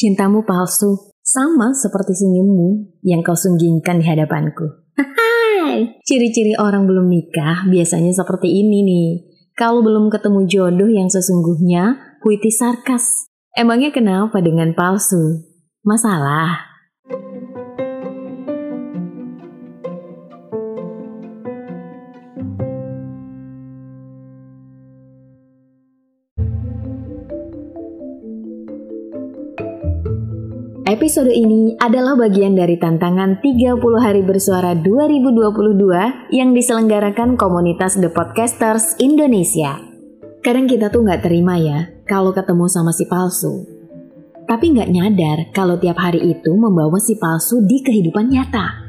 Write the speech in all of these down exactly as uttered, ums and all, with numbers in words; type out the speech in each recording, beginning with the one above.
Cintamu palsu, sama seperti senyummu yang kau sunggingkan di hadapanku. Hai, ciri-ciri orang belum nikah biasanya seperti ini nih. Kalau belum ketemu jodoh yang sesungguhnya, puitis sarkas. Emangnya kenapa dengan palsu? Masalah? Episode ini adalah bagian dari tantangan tiga puluh hari bersuara dua ribu dua puluh dua yang diselenggarakan komunitas The Podcasters Indonesia. Kadang kita tuh gak terima ya kalau ketemu sama si palsu. Tapi gak nyadar kalau tiap hari itu membawa si palsu di kehidupan nyata.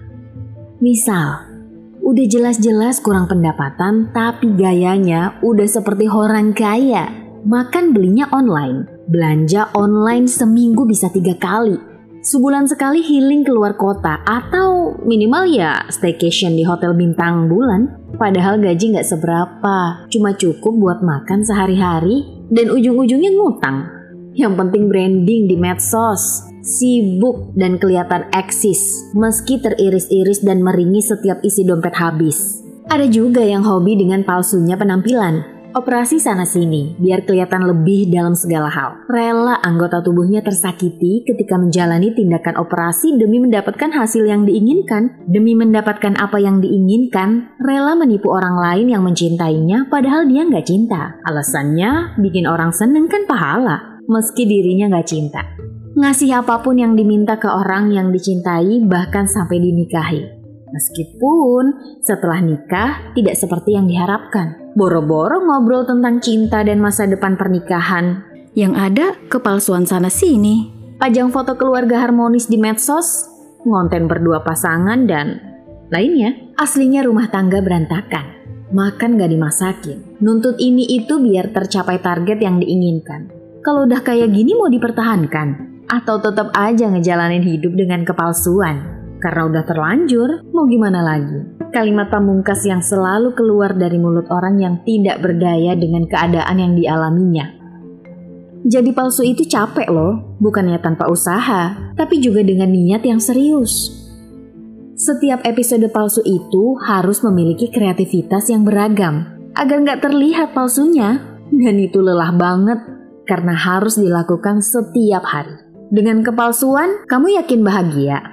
Misal, udah jelas-jelas kurang pendapatan tapi gayanya udah seperti orang kaya. Makan belinya online, belanja online seminggu bisa tiga kali. Sebulan sekali healing keluar kota atau minimal ya staycation di hotel bintang bulan. Padahal gaji gak seberapa, cuma cukup buat makan sehari-hari dan ujung-ujungnya ngutang. Yang penting branding di medsos, sibuk dan kelihatan eksis meski teriris-iris dan meringis setiap isi dompet habis. Ada juga yang hobi dengan palsunya penampilan. Operasi sana-sini, biar kelihatan lebih dalam segala hal. Rela anggota tubuhnya tersakiti ketika menjalani tindakan operasi demi mendapatkan hasil yang diinginkan. Demi mendapatkan apa yang diinginkan, rela menipu orang lain yang mencintainya padahal dia nggak cinta. Alasannya, bikin orang seneng kan pahala, meski dirinya nggak cinta. Ngasih apapun yang diminta ke orang yang dicintai bahkan sampai dinikahi. Meskipun setelah nikah tidak seperti yang diharapkan. Boro-boro ngobrol tentang cinta dan masa depan pernikahan. Yang ada kepalsuan sana-sini. Pajang foto keluarga harmonis di medsos, ngonten berdua pasangan dan lainnya. Aslinya rumah tangga berantakan. Makan gak dimasakin. Nuntut ini itu biar tercapai target yang diinginkan. Kalau udah kayak gini mau dipertahankan? Atau tetap aja ngejalanin hidup dengan kepalsuan? Karena udah terlanjur, mau gimana lagi? Kalimat pamungkas yang selalu keluar dari mulut orang yang tidak berdaya dengan keadaan yang dialaminya. Jadi palsu itu capek loh, bukannya tanpa usaha, tapi juga dengan niat yang serius. Setiap episode palsu itu harus memiliki kreativitas yang beragam, agar nggak terlihat palsunya. Dan itu lelah banget, karena harus dilakukan setiap hari. Dengan kepalsuan, kamu yakin bahagia?